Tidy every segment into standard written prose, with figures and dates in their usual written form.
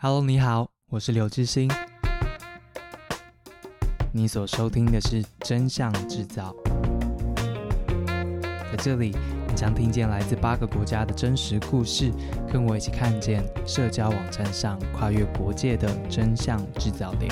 Hello， 你好，我是刘志兴。你所收听的是真相制造，在这里你将听见来自8个国家的真实故事，跟我一起看见社交网站上跨越国界的真相制造点。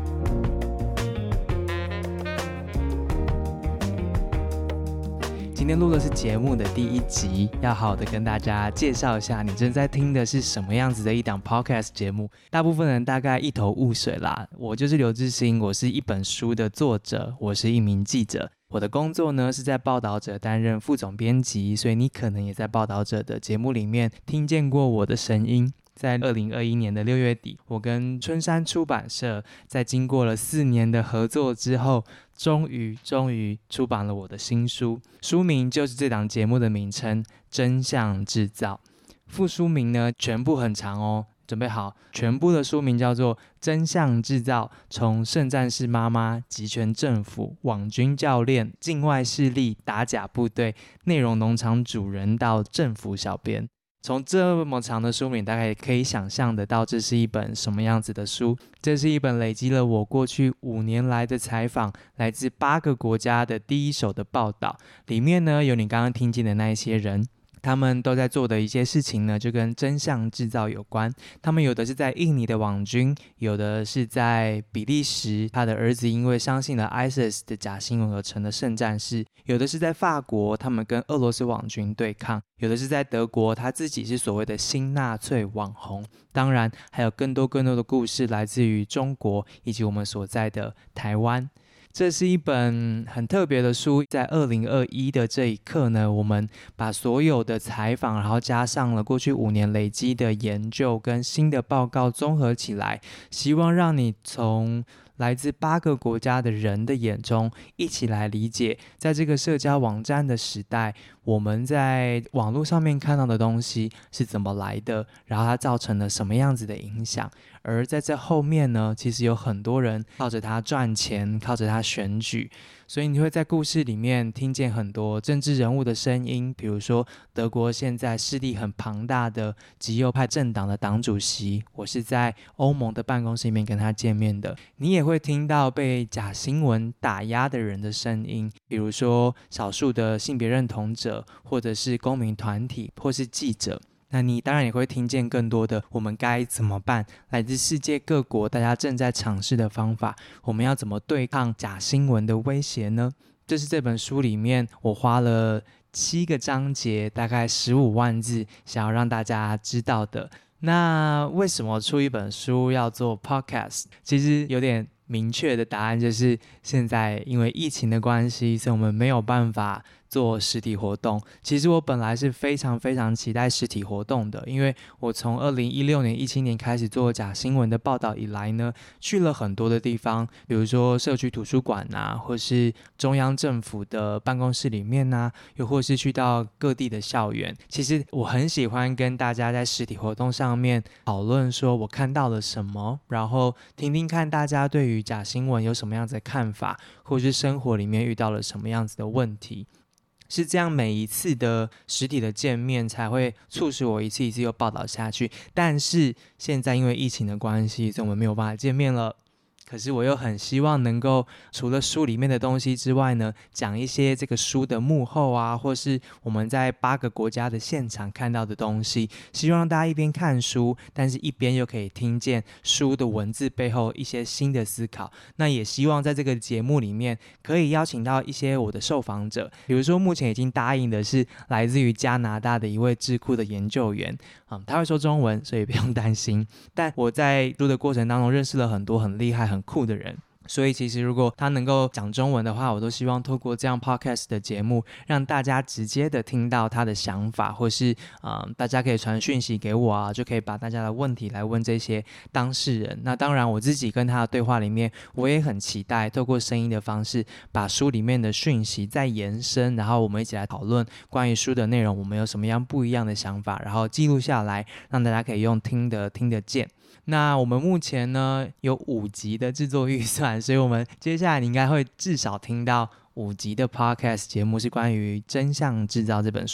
今天录的是节目的第1集，要好好的跟大家介绍一下你正在听的是什么样子的一档 podcast 节目。大部分人大概一头雾水啦。我就是刘志兴，我是一本书的作者，我是一名记者。我的工作呢是在报道者担任副总编辑，所以你可能也在报道者的节目里面听见过我的声音。在2021年的6月底，我跟春山出版社在经过了4年的合作之后，终于出版了我的新书，书名就是这档节目的名称《真相制造》。副书名呢全部很长哦，准备好，全部的书名叫做《真相制造：从圣战士妈妈、集权政府、网军教练、境外势力、打假部队、内容农场主人到政府小编》。从这么长的书名，大概可以想象得到这是一本什么样子的书。这是一本累积了我过去5年来的采访，来自8个国家的第一手的报道，里面呢有你刚刚听见的那一些人，他们都在做的一些事情呢，就跟真相制造有关。他们有的是在印尼的网军，有的是在比利时，他的儿子因为相信了 ISIS 的假新闻而成了圣战士，有的是在法国，他们跟俄罗斯网军对抗，有的是在德国，他自己是所谓的新纳粹网红。当然还有更多的故事来自于中国以及我们所在的台湾。这是一本很特别的书，在2021的这一刻呢，我们把所有的采访，然后加上了过去5年累积的研究跟新的报告综合起来，希望让你从来自8个国家的人的眼中一起来理解，在这个社交网站的时代，我们在网络上面看到的东西是怎么来的，然后它造成了什么样子的影响。而在这后面呢，其实有很多人靠着它赚钱，靠着它选举，所以你会在故事里面听见很多政治人物的声音，比如说德国现在势力很庞大的极右派政党的党主席，我是在欧盟的办公室里面跟他见面的。你也会听到被假新闻打压的人的声音，比如说少数的性别认同者，或者是公民团体，或是记者。那你当然也会听见更多的我们该怎么办，来自世界各国大家正在尝试的方法，我们要怎么对抗假新闻的威胁呢？这是这本书里面我花了7个章节，大概15万字，想要让大家知道的。那为什么出一本书要做 podcast？ 其实有点明确的答案，就是现在因为疫情的关系，所以我们没有办法做实体活动。其实我本来是非常期待实体活动的，因为我从2016年、17年开始做假新闻的报道以来呢，去了很多的地方，比如说社区图书馆啊，或是中央政府的办公室里面啊，又或是去到各地的校园。其实我很喜欢跟大家在实体活动上面讨论说我看到了什么，然后听听看大家对于假新闻有什么样子的看法，或是生活里面遇到了什么样子的问题。是这样，每一次的实体的见面才会促使我一次一次又报道下去。但是现在因为疫情的关系，所以我们没有办法见面了。可是我又很希望能够除了书里面的东西之外呢，讲一些这个书的幕后啊，或是我们在8个国家的现场看到的东西，希望大家一边看书，但是一边又可以听见书的文字背后一些新的思考。那也希望在这个节目里面可以邀请到一些我的受访者，比如说目前已经答应的是来自于加拿大的一位智库的研究员，他会说中文，所以不用担心。但我在录的过程当中认识了很多很厉害很酷的人，所以其实如果他能够讲中文的话，我都希望透过这样 podcast 的节目让大家直接的听到他的想法，或是大家可以传讯息给我啊，就可以把大家的问题来问这些当事人。那当然我自己跟他的对话里面，我也很期待透过声音的方式把书里面的讯息再延伸，然后我们一起来讨论关于书的内容，我们有什么样不一样的想法，然后记录下来让大家可以用听得见。那我们目前呢有5集的制作预算，所以我们接下来你应该会至少听到5集的 podcast 节目是关于《真相制造》这本书。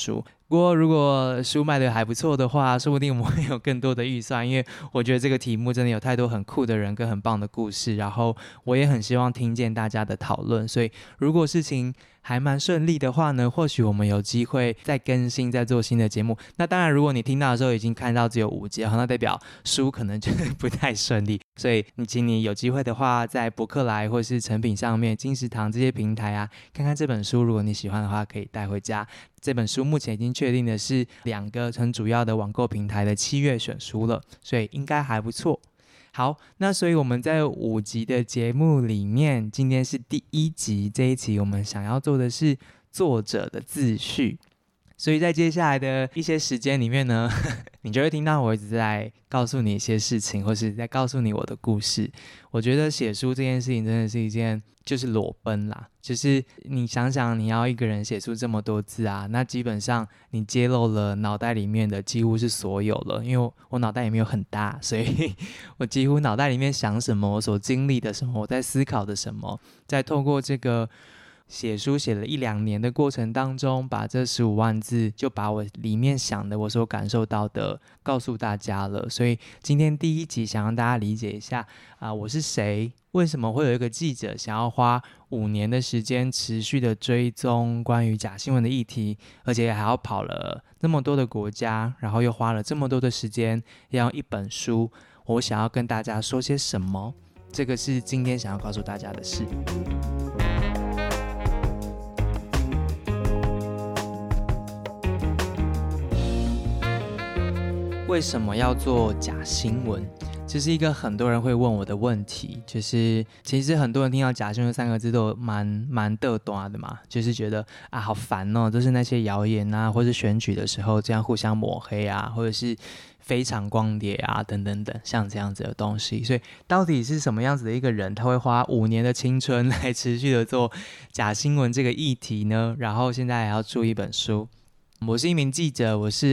不过如果书卖的还不错的话，说不定我们会有更多的预算，因为我觉得这个题目真的有太多很酷的人跟很棒的故事，然后我也很希望听见大家的讨论，所以如果事情还蛮顺利的话呢，或许我们有机会再更新再做新的节目。那当然如果你听到的时候已经看到只有5集，那代表书可能就不太顺利，所以请你有机会的话在博客来或是诚品上面、金石堂这些平台啊，看看这本书，如果你喜欢的话可以带回家。这本书目前已经确定的是2个很主要的网购平台的7月选书了，所以应该还不错。好，那所以我们在5集的节目里面，今天是第1集，这一集我们想要做的是作者的自序，所以在接下来的一些时间里面呢你就会听到我一直在告诉你一些事情，或是在告诉你我的故事。我觉得写书这件事情真的是一件就是裸奔啦，就是你想想你要一个人写出这么多字啊，那基本上你揭露了脑袋里面的几乎是所有了，因为我脑袋也没有很大，所以我几乎脑袋里面想什么，我所经历的什么，我在思考的什么，在透过这个写书写了1-2年的过程当中，把这15万字就把我里面想的我所感受到的告诉大家了。所以今天第1集想让大家理解一下我是谁，为什么会有一个记者想要花5年的时间持续的追踪关于假新闻的议题，而且还要跑了那么多的国家，然后又花了这么多的时间要一本书，我想要跟大家说些什么，这个是今天想要告诉大家的事。为什么要做假新闻？这是一个很多人会问我的问题，就是其实很多人听到假新闻3个字都蛮得端的嘛，就是觉得好烦哦，都是那些谣言啊，或是选举的时候这样互相抹黑啊，或者是非常光碟啊等等等，像这样子的东西。所以到底是什么样子的一个人，他会花5年的青春来持续的做假新闻这个议题呢？然后现在还要出一本书。我是一名记者，我是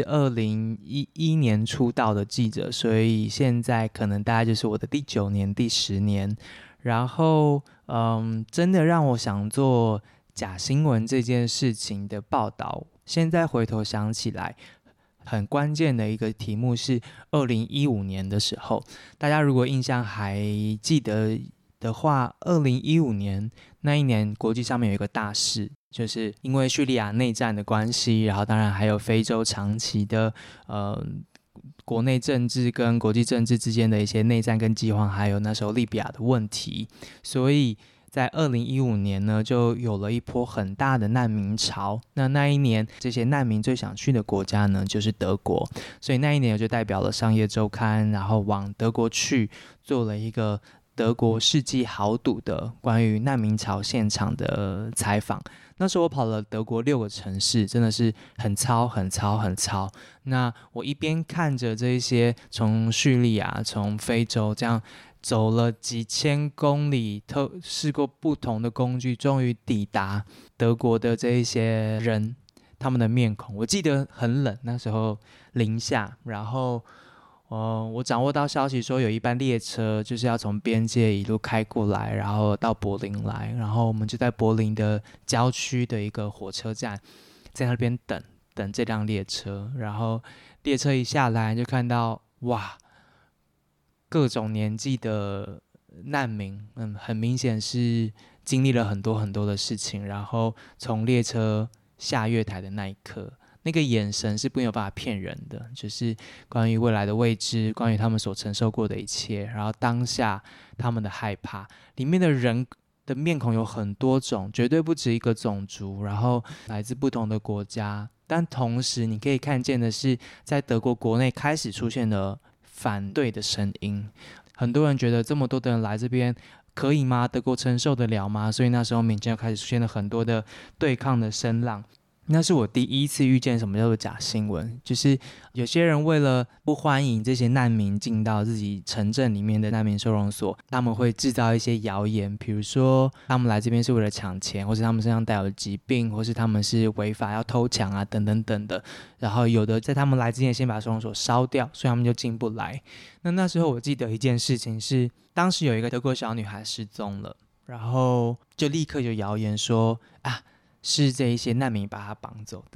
2011年出道的记者，所以现在可能大概就是我的第9年、第10年。然后真的让我想做假新闻这件事情的报道，现在回头想起来很关键的一个题目是2015年的时候，大家如果印象还记得的话，2015年那一年国际上面有一个大事，就是因为叙利亚内战的关系，然后当然还有非洲长期的国内政治跟国际政治之间的一些内战跟饥荒，还有那时候利比亚的问题，所以在2015年呢，就有了一波很大的难民潮。那一年这些难民最想去的国家呢，就是德国，所以那一年我就代表了商业周刊，然后往德国去做了一个德国世纪豪赌的关于难民潮现场的采访。那时候我跑了德国6个城市，真的是很操。那我一边看着这一些从叙利亚、从非洲这样走了几千公里，试过不同的工具，终于抵达德国的这一些人，他们的面孔，我记得很冷，那时候零下，然后我掌握到消息说有一班列车就是要从边界一路开过来，然后到柏林来，然后我们就在柏林的郊区的一个火车站，在那边等这辆列车，然后列车一下来就看到哇，各种年纪的难民，很明显是经历了很多很多的事情，然后从列车下月台的那一刻，那个眼神是没有办法骗人的，就是关于未来的未知，关于他们所承受过的一切，然后当下他们的害怕，里面的人的面孔有很多种，绝对不止一个种族，然后来自不同的国家，但同时你可以看见的是，在德国国内开始出现了反对的声音，很多人觉得这么多的人来这边可以吗？德国承受得了吗？所以那时候民间就开始出现了很多的对抗的声浪。那是我第一次遇见什么叫做假新闻，就是有些人为了不欢迎这些难民进到自己城镇里面的难民收容所，他们会制造一些谣言，比如说他们来这边是为了抢钱，或是他们身上带有疾病，或是他们是违法要偷抢啊等等等的，然后有的在他们来之前先把收容所烧掉，所以他们就进不来。那时候我记得一件事情是，当时有一个德国小女孩失踪了，然后就立刻有谣言说是这一些难民把她绑走的。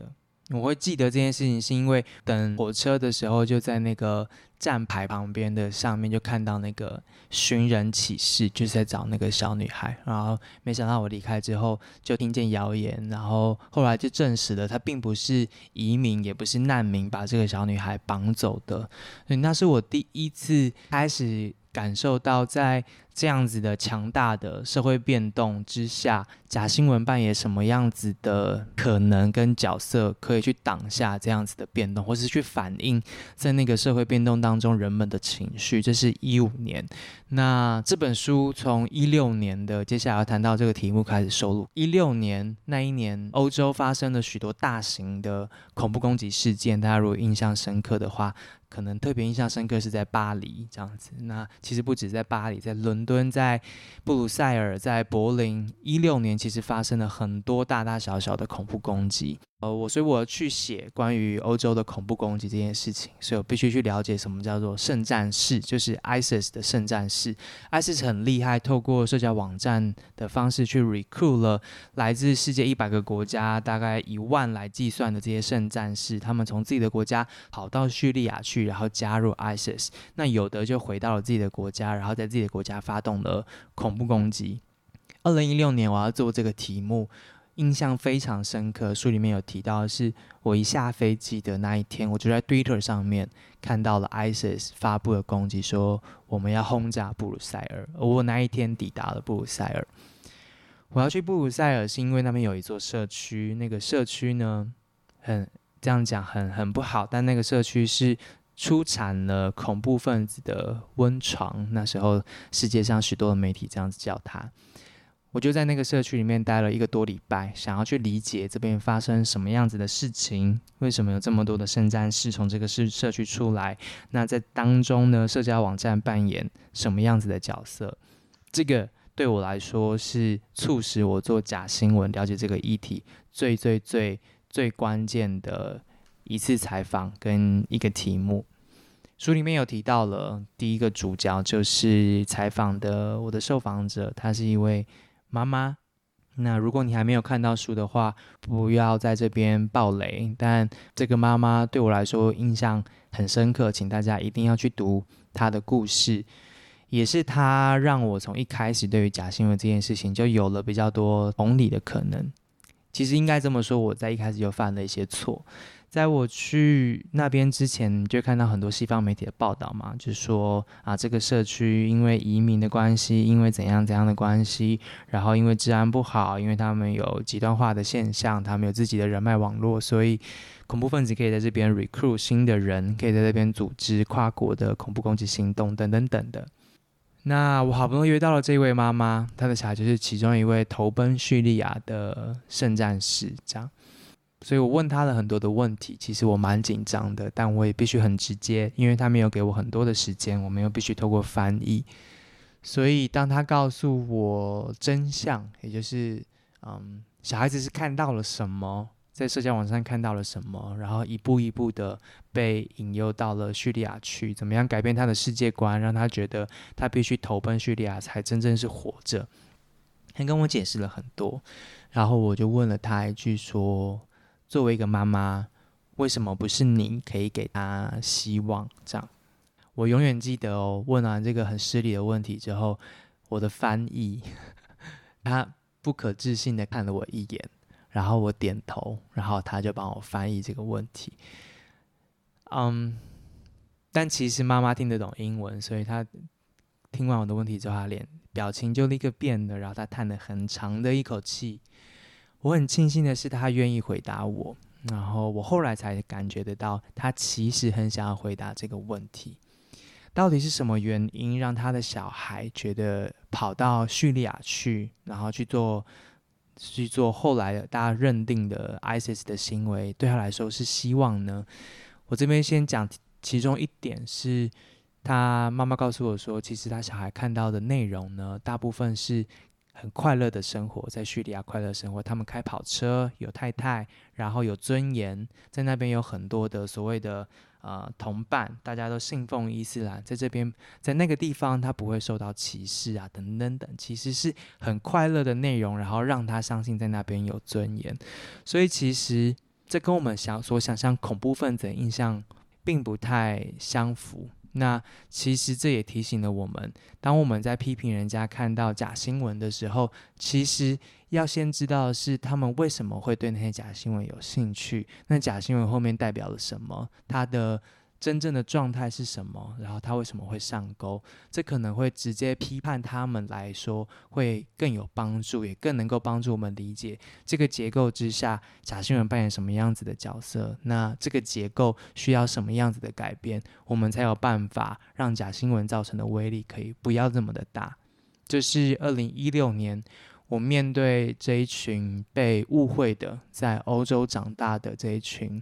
我会记得这件事情，是因为等火车的时候，就在那个站牌旁边的上面就看到那个寻人启事，就是在找那个小女孩。然后没想到我离开之后，就听见谣言，然后后来就证实了，她并不是移民，也不是难民，把这个小女孩绑走的。所以那是我第一次开始感受到，在这样子的强大的社会变动之下，假新闻扮演什么样子的可能跟角色，可以去挡下这样子的变动，或是去反映在那个社会变动当中人们的情绪。这是2015年。那这本书从2016年的接下来要谈到这个题目开始收录。2016年那一年，欧洲发生了许多大型的恐怖攻击事件，大家如果印象深刻的话，可能特别印象深刻是在巴黎这样子。那其实不止在巴黎，在伦敦、在布鲁塞尔、在柏林，2016年其实发生了很多大大小小的恐怖攻击。所以我去写关于欧洲的恐怖攻击这件事情，所以我必须去了解什么叫做圣战士，就是 ISIS 的圣战士。ISIS 很厉害，透过社交网站的方式去 recruit 了来自世界100个国家，大概1万来计算的这些圣战士，他们从自己的国家跑到叙利亚去，然后加入 ISIS。那有的就回到了自己的国家，然后在自己的国家发动了恐怖攻击。2016年我要做这个题目，印象非常深刻，书里面有提到的是，我一下飞机的那一天，我就在 Twitter 上面看到了 ISIS 发布的攻击，说我们要轰炸布鲁塞尔。而我那一天抵达了布鲁塞尔。我要去布鲁塞尔是因为那边有一座社区，那个社区呢，这样讲很不好，但那个社区是出产了恐怖分子的温床，那时候世界上许多的媒体这样子叫它。我就在那个社区里面待了1个多礼拜，想要去理解这边发生什么样子的事情，为什么有这么多的圣战士从这个社区出来，那在当中呢，社交网站扮演什么样子的角色。这个对我来说是促使我做假新闻了解这个议题最关键的一次采访跟一个题目。书里面有提到了第一个主角，就是采访的我的受访者，她是一位妈妈。那如果你还没有看到书的话，不要在这边爆雷，但这个妈妈对我来说印象很深刻，请大家一定要去读她的故事，也是她让我从一开始对于假新闻这件事情就有了比较多同理的可能。其实应该这么说，我在一开始就犯了一些错。在我去那边之前，就看到很多西方媒体的报道嘛，就说这个社区因为移民的关系，因为怎样的关系，然后因为治安不好，因为他们有极端化的现象，他们有自己的人脉网络，所以恐怖分子可以在这边 recruit 新的人，可以在这边组织跨国的恐怖攻击行动等等等的。那我好不容易约到了这位妈妈，她的小孩就是其中一位投奔叙利亚的圣战士，这样。所以我问他了很多的问题，其实我蛮紧张的，但我也必须很直接，因为他没有给我很多的时间，我们又必须透过翻译。所以当他告诉我真相，也就是小孩子是看到了什么，在社交网站看到了什么，然后一步一步的被引诱到了叙利亚去，怎么样改变他的世界观，让他觉得他必须投奔叙利亚才真正是活着。他跟我解释了很多，然后我就问了他一句说，作为一个妈妈，为什么不是你可以给他希望？这样，我永远记得哦。问完这个很失礼的问题之后，我的翻译他不可置信的看了我一眼，然后我点头，然后他就帮我翻译这个问题。但其实妈妈听得懂英文，所以他听完我的问题之后，他脸表情就立刻变了，然后他叹了很长的一口气。我很庆幸的是他愿意回答我，然后我后来才感觉得到他其实很想要回答这个问题，到底是什么原因让他的小孩觉得跑到叙利亚去，然后去做后来大家认定的 ISIS 的行为，对他来说是希望呢？我这边先讲其中一点是，他妈妈告诉我说，其实他小孩看到的内容呢，大部分是很快乐的生活，在叙利亚快乐的生活，他们开跑车，有太太，然后有尊严，在那边有很多的所谓的同伴，大家都信奉伊斯兰，在这边在那个地方他不会受到歧视啊等等等，其实是很快乐的内容，然后让他相信在那边有尊严。所以其实这跟我们所想象恐怖分子的印象并不太相符。那其实这也提醒了我们，当我们在批评人家看到假新闻的时候，其实要先知道的是他们为什么会对那些假新闻有兴趣，那假新闻后面代表了什么，它的真正的状态是什么，然后他为什么会上钩，这可能会直接批判他们来说会更有帮助，也更能够帮助我们理解这个结构之下假新闻扮演什么样子的角色，那这个结构需要什么样子的改变，我们才有办法让假新闻造成的威力可以不要这么的大。这是2016年我面对这一群被误会的在欧洲长大的这一群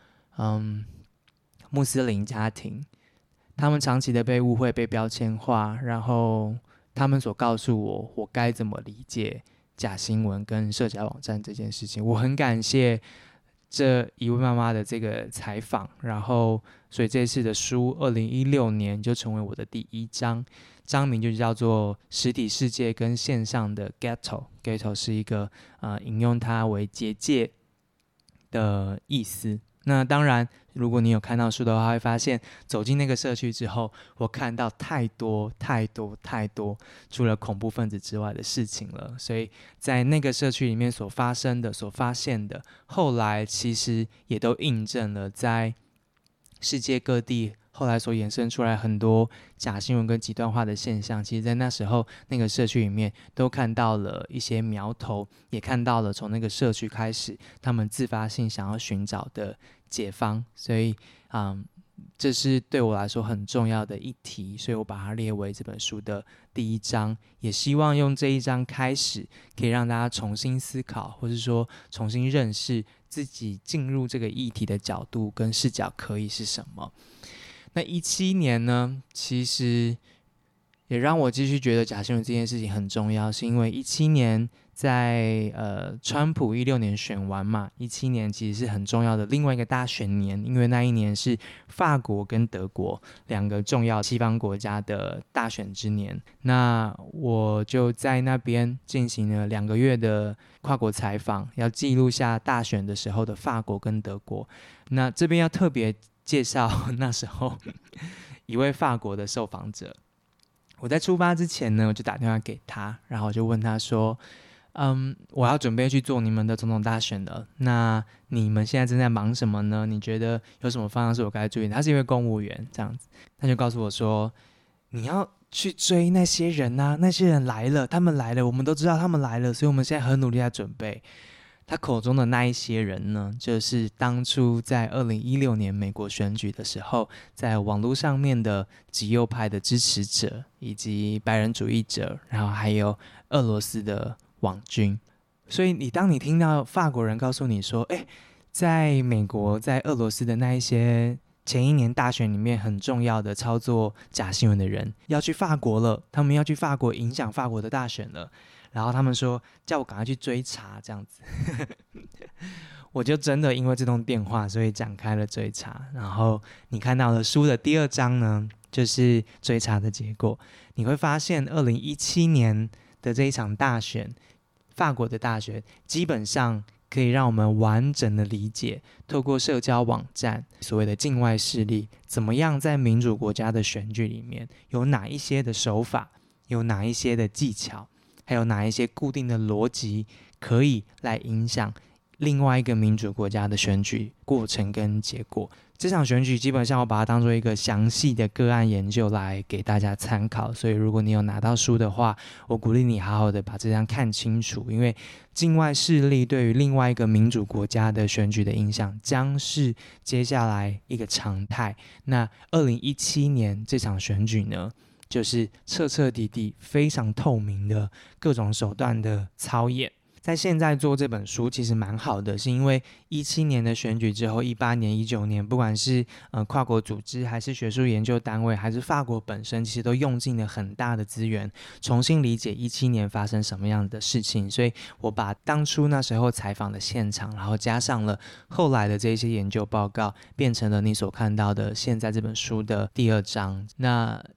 穆斯林家庭，他们长期的被误会、被标签化，然后他们所告诉我该怎么理解假新闻跟社交网站这件事情。我很感谢这一位妈妈的这个采访，然后所以这次的书2016年就成为我的第1章，章名就叫做实体世界跟线上的 Ghetto 是一个引用它为结界的意思。那当然如果你有看到书的话，会发现走进那个社区之后，我看到太多除了恐怖分子之外的事情了，所以在那个社区里面所发生的、所发现的，后来其实也都印证了在世界各地后来所衍生出来很多假新闻跟极端化的现象，其实在那时候那个社区里面都看到了一些苗头，也看到了从那个社区开始他们自发性想要寻找的解方，所以这是对我来说很重要的一题，所以我把它列为这本书的第1章，也希望用这一章开始可以让大家重新思考，或是说重新认识自己进入这个议题的角度跟视角可以是什么。那17年呢，其实也让我继续觉得假新闻这件事情很重要，是因为17年在川普16年选完嘛，17年其实是很重要的另外一个大选年，因为那一年是法国跟德国2个重要西方国家的大选之年。那我就在那边进行了2个月的跨国采访，要记录下大选的时候的法国跟德国。那这边要特别介绍那时候一位法国的受访者。我在出发之前呢，我就打电话给他，然后我就问他说我要准备去做你们的总统大选了，那你们现在正在忙什么呢？你觉得有什么方向是我该注意的？他是一位公务员这样子，他就告诉我说，你要去追那些人啊，那些人来了，他们来了，我们都知道他们来了，所以我们现在很努力在准备。他口中的那一些人呢，就是当初在2016年美国选举的时候，在网络上面的极右派的支持者，以及白人主义者，然后还有俄罗斯的网军。所以当你听到法国人告诉你说，在美国在俄罗斯的那一些前一年大选里面很重要的操作假新闻的人要去法国了，他们要去法国影响法国的大选了，然后他们说叫我赶快去追查这样子我就真的因为这通电话所以展开了追查。然后你看到了书的第2章呢，就是追查的结果。你会发现2017年的这一场大选，法国的大选基本上可以让我们完整的理解透过社交网站所谓的境外势力怎么样在民主国家的选举里面有哪一些的手法，有哪一些的技巧，还有哪一些固定的逻辑可以来影响另外一个民主国家的选举过程跟结果。这场选举基本上我把它当作一个详细的个案研究来给大家参考，所以如果你有拿到书的话，我鼓励你好好的把这张看清楚，因为境外势力对于另外一个民主国家的选举的影响将是接下来一个常态。那2017年这场选举呢，就是彻彻底底非常透明的各种手段的操演。在现在做这本书其实蛮好的，是因为17年的选举之后，18年、19年，不管是跨国组织，还是学术研究单位，还是法国本身，其实都用尽了很大的资源，重新理解17年发生什么样的事情。所以我把当初那时候采访的现场，然后加上了后来的这些研究报告，变成了你所看到的现在这本书的第2章。那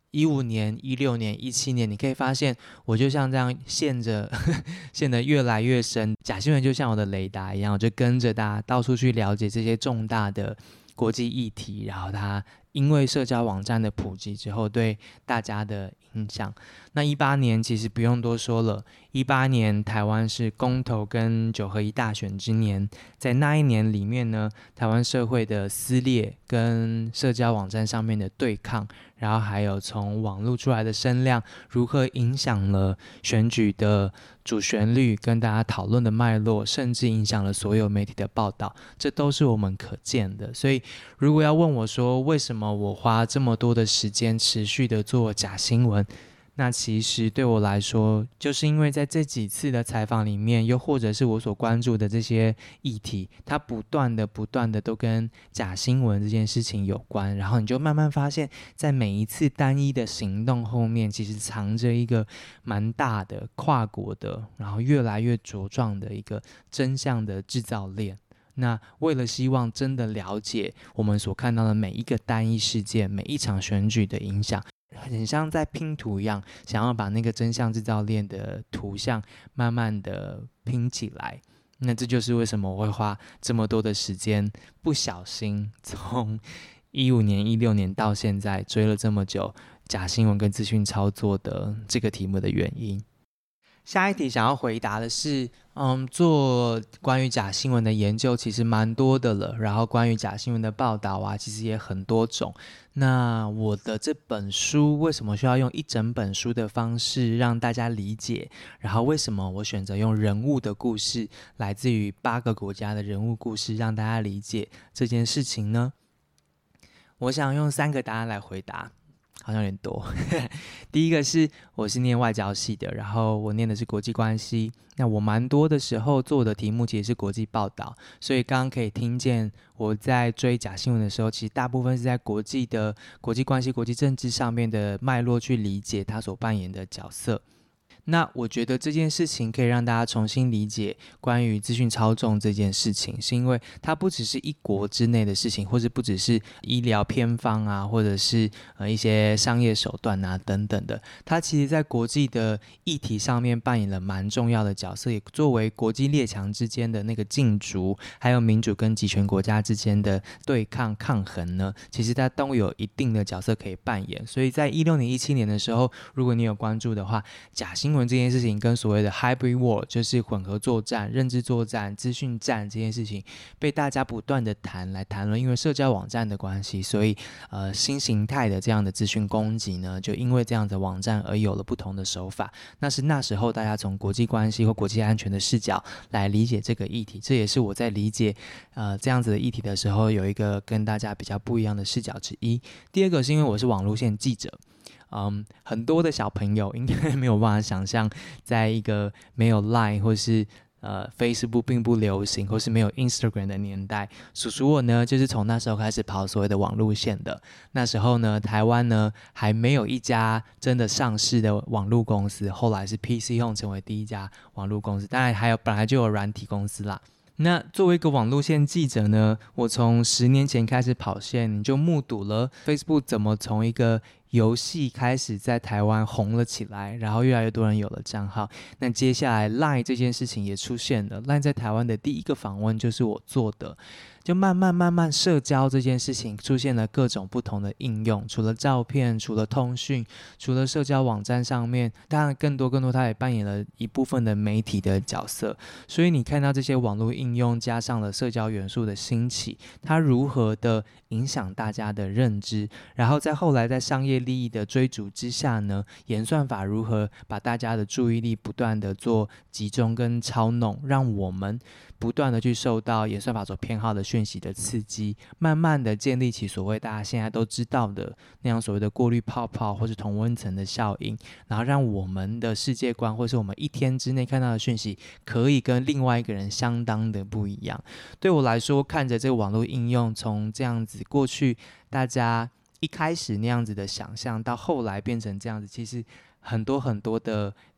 15年、16年、17年，你可以发现我就像这样陷得越来越深。假新闻就像我的雷达一样，我就跟着大家到处去了解这些重大的国际议题，然后它因为社交网站的普及之后对大家的影响。那18年其实不用多说了，18年台湾是公投跟9合1大选之年，在那一年里面呢，台湾社会的撕裂跟社交网站上面的对抗，然后还有从网络出来的声量如何影响了选举的主旋律跟大家讨论的脉络，甚至影响了所有媒体的报道，这都是我们可见的。所以如果要问我说为什么我花这么多的时间持续的做假新闻，那其实对我来说，就是因为在这几次的采访里面，又或者是我所关注的这些议题，它不断的都跟假新闻这件事情有关，然后你就慢慢发现，在每一次单一的行动后面，其实藏着一个蛮大的跨国的，然后越来越茁壮的一个真相的制造链。那为了希望真的了解我们所看到的每一个单一事件、每一场选举的影响，很像在拼图一样，想要把那个真相制造链的图像慢慢的拼起来。那这就是为什么我会花这么多的时间，不小心从15年、16年到现在追了这么久假新闻跟资讯操作的这个题目的原因。下一题想要回答的是，做关于假新闻的研究其实蛮多的了，然后关于假新闻的报道啊，其实也很多种。那我的这本书为什么需要用一整本书的方式让大家理解？然后为什么我选择用人物的故事，来自于8个国家的人物故事，让大家理解这件事情呢？我想用3个答案来回答。好像有点多第一个是我是念外交系的，然后我念的是国际关系，那我蛮多的时候做的题目其实是国际报道，所以刚刚可以听见我在追假新闻的时候，其实大部分是在国际关系、国际政治上面的脉络去理解它所扮演的角色。那我觉得这件事情可以让大家重新理解关于资讯操纵这件事情，是因为它不只是一国之内的事情，或者不只是医疗偏方啊，或者是一些商业手段啊等等的，它其实在国际的议题上面扮演了蛮重要的角色，也作为国际列强之间的那个竞逐，还有民主跟集权国家之间的对抗抗衡呢，其实它都有一定的角色可以扮演。所以在16年、17年的时候，如果你有关注的话，假新闻这件事情跟所谓的 hybrid war， 就是混合作战、认知作战、资讯战这件事情被大家不断的谈论，因为社交网站的关系，所以新形态的这样的资讯攻击呢，就因为这样的网站而有了不同的手法。那是那时候大家从国际关系或国际安全的视角来理解这个议题，这也是我在理解这样子的议题的时候有一个跟大家比较不一样的视角之一。第二个是因为我是网路线记者，很多的小朋友应该没有办法想象，在一个没有 Line 或是Facebook 并不流行或是没有 Instagram 的年代，叔叔我呢就是从那时候开始跑所谓的网路线的。那时候呢，台湾呢还没有一家真的上市的网路公司，后来是 PC Home 成为第一家网路公司，当然还有本来就有软体公司啦。那作为一个网路线记者呢，我从10年前开始跑线，你就目睹了 Facebook 怎么从一个游戏开始在台湾红了起来，然后越来越多人有了账号。那接下来 LINE 这件事情也出现了， LINE 在台湾的第一个访问就是我做的，就慢慢社交这件事情出现了各种不同的应用，除了照片，除了通讯，除了社交网站上面，当然更多它也扮演了一部分的媒体的角色。所以你看到这些网络应用加上了社交元素的兴起，它如何的影响大家的认知，然后在后来在商业利益的追逐之下呢，演算法如何把大家的注意力不断的做集中跟操弄，让我们不断的去受到演算法所偏好的讯息的刺激，慢慢的建立起所谓大家现在都知道的那样所谓的过滤泡泡或是同温层的效应，然后让我们的世界观或是我们一天之内看到的讯息可以跟另外一个人相当的不一样。对我来说，看着这个网络应用从这样子过去大家一开始那样子的想象，到后来变成这样子，其实很多的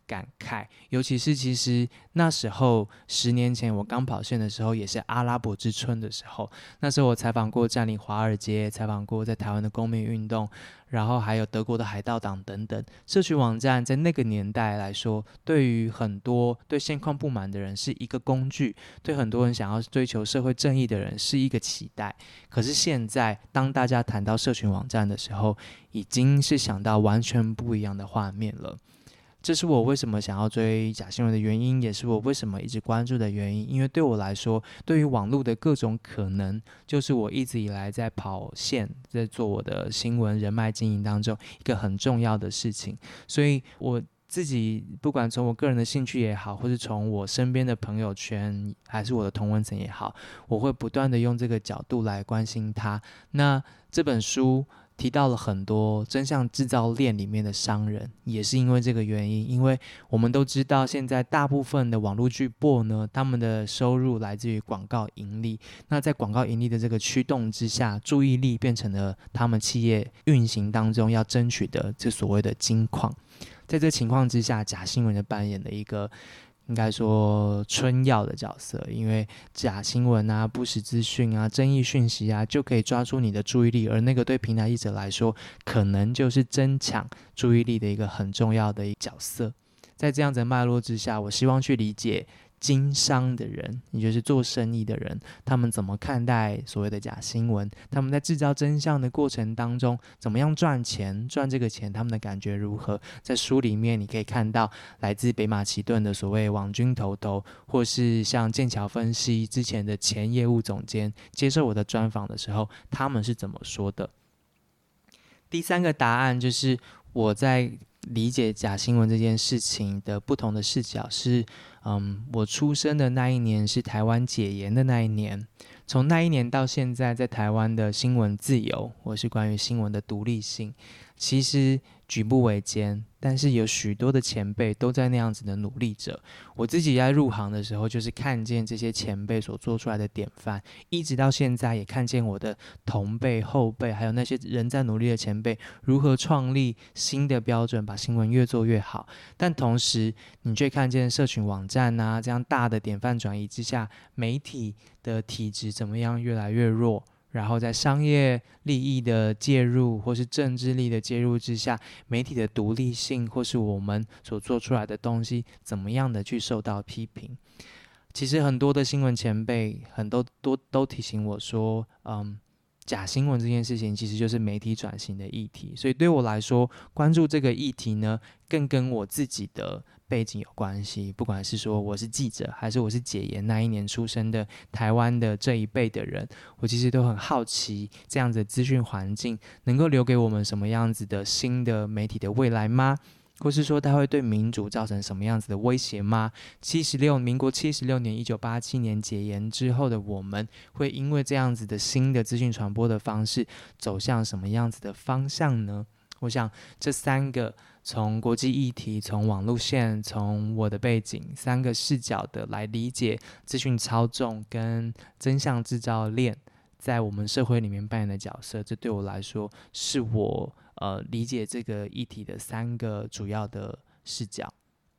感慨，尤其是其实那时候10年前我刚跑线的时候，也是阿拉伯之春的时候。那时候我采访过占领华尔街，采访过在台湾的公民运动，然后还有德国的海盗党等等。社群网站在那个年代来说，对于很多对现况不满的人是一个工具，对很多人想要追求社会正义的人是一个期待。可是现在当大家谈到社群网站的时候，已经是想到完全不一样的画面了。这是我为什么想要追假新闻的原因，也是我为什么一直关注的原因。因为对我来说，对于网络的各种可能，就是我一直以来在跑线，在做我的新闻人脉经营当中一个很重要的事情。所以我自己不管从我个人的兴趣也好，或是从我身边的朋友圈，还是我的同温层也好，我会不断的用这个角度来关心它。那这本书提到了很多真相制造链里面的商人，也是因为这个原因。因为我们都知道现在大部分的网络巨擘呢，他们的收入来自于广告盈利。那在广告盈利的这个驱动之下，注意力变成了他们企业运行当中要争取的这所谓的金矿。在这情况之下，假新闻就扮演了一个应该说春药的角色，因为假新闻啊、不实资讯啊、争议讯息啊，就可以抓住你的注意力，而那个对平台译者来说，可能就是争抢注意力的一个很重要的一个角色。在这样子的脉络之下，我希望去理解经商的人，也就是做生意的人，他们怎么看待所谓的假新闻，他们在制造真相的过程当中怎么样赚钱，赚这个钱他们的感觉如何。在书里面你可以看到来自北马其顿的所谓网军头头，或是像剑桥分析之前的前业务总监接受我的专访的时候，他们是怎么说的。第三个答案就是我在理解假新闻这件事情的不同的视角是，我出生的那一年是台湾解严的那一年，从那一年到现在，在台湾的新闻自由，或是关于新闻的独立性，其实举步维艰，但是有许多的前辈都在那样子的努力着。我自己在入行的时候，就是看见这些前辈所做出来的典范，一直到现在也看见我的同辈、后辈，还有那些人在努力的前辈如何创立新的标准，把新闻越做越好。但同时，你却看见社群网站啊这样大的典范转移之下，媒体的体质怎么样越来越弱。然后在商业利益的介入或是政治力的介入之下，媒体的独立性或是我们所做出来的东西怎么样的去受到批评。其实很多的新闻前辈很多都提醒我说，假新闻这件事情其实就是媒体转型的议题。所以对我来说，关注这个议题呢，更跟我自己的背景有关系。不管是说我是记者，还是我是解严那一年出生的台湾的这一辈的人，我其实都很好奇这样子的资讯环境能够留给我们什么样子的新的媒体的未来吗？或是说它会对民主造成什么样子的威胁吗？民国76年1987年解严之后的我们，会因为这样子的新的资讯传播的方式走向什么样子的方向呢？我想这三个从国际议题、从网路线、从我的背景三个视角的来理解资讯操纵跟真相制造链在我们社会里面扮演的角色，这对我来说是我理解这个议题的三个主要的视角。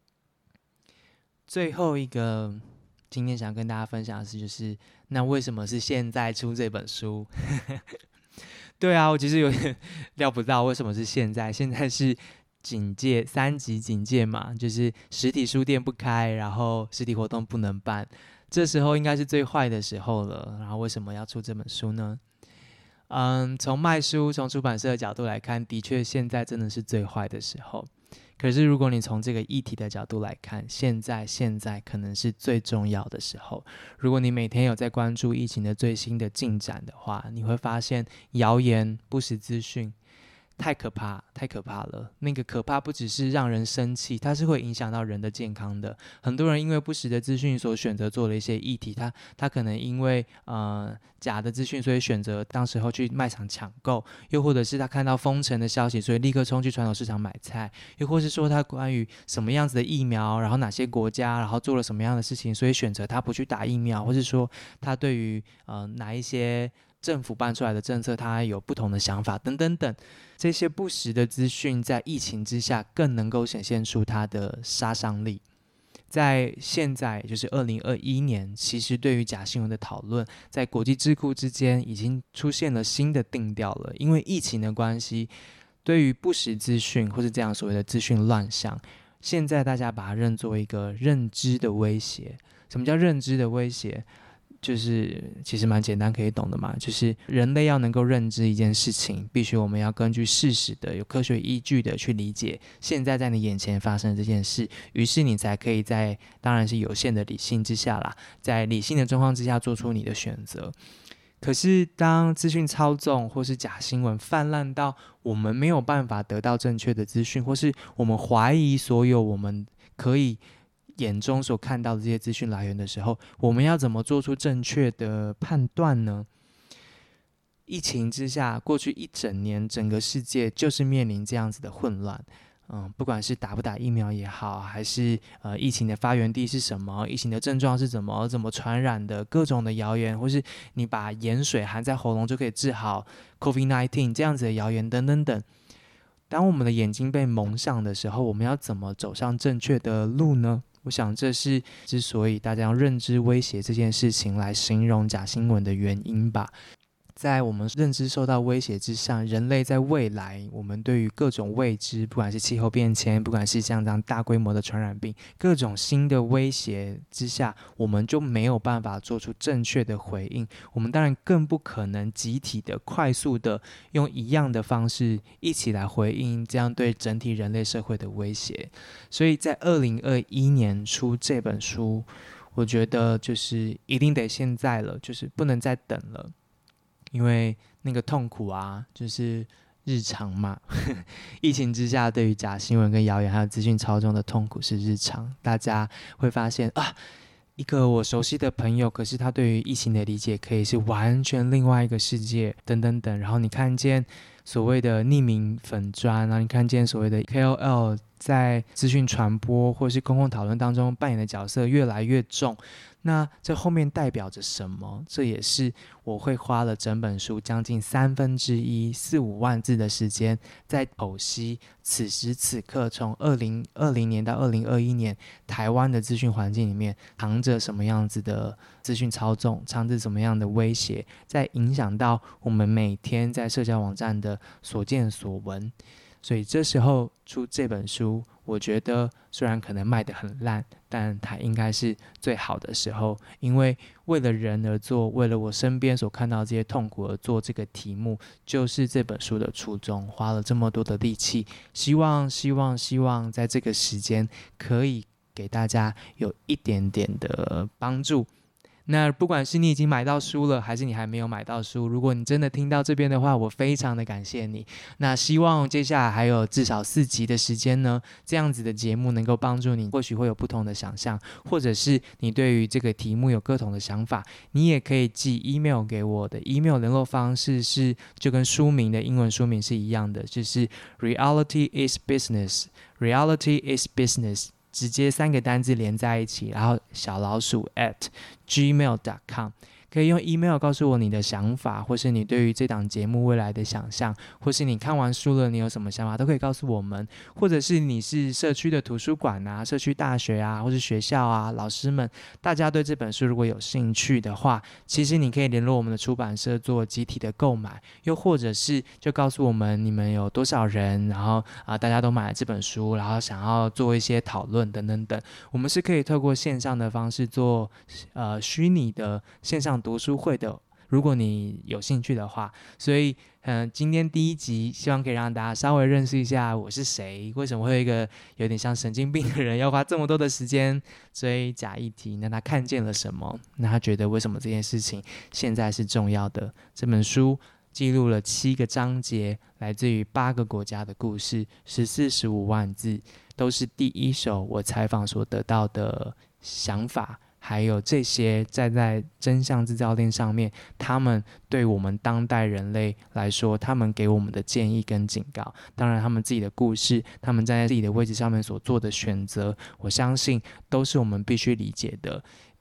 最后一个今天想跟大家分享的是，就是那为什么是现在出这本书？对啊，我其实有点料不到为什么是现在。现在是警戒3级警戒嘛，就是实体书店不开，然后实体活动不能办，这时候应该是最坏的时候了。然后为什么要出这本书呢？从卖书、从出版社的角度来看，的确现在真的是最坏的时候。可是如果你从这个议题的角度来看，现在可能是最重要的时候。如果你每天有在关注疫情的最新的进展的话，你会发现谣言、不实资讯太可怕了。那个可怕不只是让人生气，它是会影响到人的健康的。很多人因为不实的资讯所选择做了一些议题，他可能因为假的资讯，所以选择当时候去卖场抢购，又或者是他看到封城的消息，所以立刻冲去传统市场买菜，又或是说他关于什么样子的疫苗，然后哪些国家，然后做了什么样的事情，所以选择他不去打疫苗，或是说他对于哪一些政府办出来的政策它有不同的想法等等等，这些不实的资讯在疫情之下更能够显现出它的杀伤力。在现在就是2021年，其实对于假新闻的讨论在国际智库之间已经出现了新的定调了。因为疫情的关系，对于不实资讯或是这样所谓的资讯乱象，现在大家把它认作一个认知的威胁。什么叫认知的威胁？就是其实蛮简单可以懂的嘛，就是人类要能够认知一件事情，必须我们要根据事实的有科学依据的去理解现在在你眼前发生的这件事，于是你才可以在当然是有限的理性之下啦，在理性的状况之下做出你的选择。可是当资讯操纵或是假新闻泛滥到我们没有办法得到正确的资讯，或是我们怀疑所有我们可以眼中所看到的这些资讯来源的时候，我们要怎么做出正确的判断呢？疫情之下，过去一整年，整个世界就是面临这样子的混乱。不管是打不打疫苗也好，还是疫情的发源地是什么，疫情的症状是怎么传染的，各种的谣言，或是你把盐水含在喉咙就可以治好 COVID-19 这样子的谣言等等等。当我们的眼睛被蒙上的时候，我们要怎么走上正确的路呢？我想这是之所以大家用认知威胁这件事情来形容假新闻的原因吧。在我们认知受到威胁之上，人类在未来我们对于各种未知，不管是气候变迁，不管是像这样大规模的传染病，各种新的威胁之下，我们就没有办法做出正确的回应。我们当然更不可能集体的快速的用一样的方式一起来回应这样对整体人类社会的威胁。所以在2021年出这本书，我觉得就是一定得现在了，就是不能再等了。因为那个痛苦啊，就是日常嘛疫情之下对于假新闻跟谣言还有资讯操纵的痛苦是日常。大家会发现啊，一个我熟悉的朋友，可是他对于疫情的理解可以是完全另外一个世界等等等。然后你看见所谓的匿名粉专，然后你看见所谓的 KOL 在资讯传播或是公共讨论当中扮演的角色越来越重，那这后面代表着什么？这也是我会花了整本书将近1/3 4-5万字的时间在剖析此时此刻从2020年到2021年台湾的资讯环境里面藏着什么样子的资讯操纵，藏着什么样的威胁，在影响到我们每天在社交网站的所见所闻。所以这时候出这本书，我觉得虽然可能卖得很烂，但它应该是最好的时候。因为为了人而做，为了我身边所看到这些痛苦而做这个题目，就是这本书的初衷。花了这么多的力气，希望在这个时间可以给大家有一点点的帮助。那不管是你已经买到书了，还是你还没有买到书，如果你真的听到这边的话，我非常的感谢你。那希望接下来还有至少4集的时间呢，这样子的节目能够帮助你，或许会有不同的想象，或者是你对于这个题目有各种的想法，你也可以寄 email 给我的 email 联络方式是就跟书名的英文书名是一样的，就是 Reality is Business， Reality is Business，直接3个单字连在一起，然后@gmail.com， 可以用 email 告诉我你的想法，或是你对于这档节目未来的想象，或是你看完书了你有什么想法都可以告诉我们，或者是你是社区的图书馆啊、社区大学啊，或是学校啊，老师们大家对这本书如果有兴趣的话，其实你可以联络我们的出版社做集体的购买，又或者是就告诉我们你们有多少人，然后大家都买了这本书，然后想要做一些讨论等等等，我们是可以透过线上的方式做虚拟的线上读书会的，如果你有兴趣的话。所以今天第1集希望可以让大家稍微认识一下我是谁，为什么会有一个有点像神经病的人要花这么多的时间追假议题，那他看见了什么，那他觉得为什么这件事情现在是重要的。这本书记录了7个章节，来自于8个国家的故事，14、15万字，都是第一手我采访所得到的想法，还有这些站在真相制造链上面，他们对我们当代人类来说，他们给我们的建议跟警告，当然他们自己的故事，他们站在自己的位置上面所做的选择，我相信都是我们必须理解的。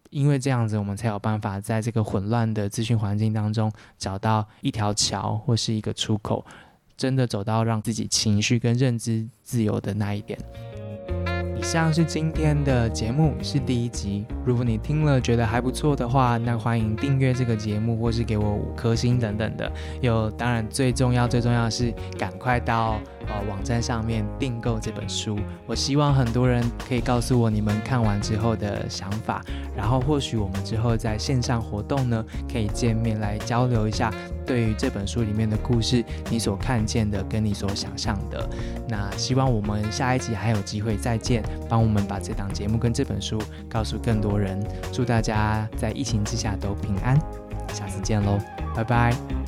因为这样子我们才有办法在这个混乱的资讯环境当中找到一条桥或是一个出口，真的走到让自己情绪跟认知自由的那一点。以上是今天的节目，是第1集。如果你听了觉得还不错的话，那欢迎订阅这个节目，或是给我5颗星等等的。当然最重要的是赶快到网站上面订购这本书。我希望很多人可以告诉我你们看完之后的想法，然后或许我们之后在线上活动呢可以见面来交流一下对于这本书里面的故事你所看见的跟你所想象的。那希望我们下一集还有机会再见，帮我们把这档节目跟这本书告诉更多人。祝大家在疫情之下都平安，下次见咯，拜拜。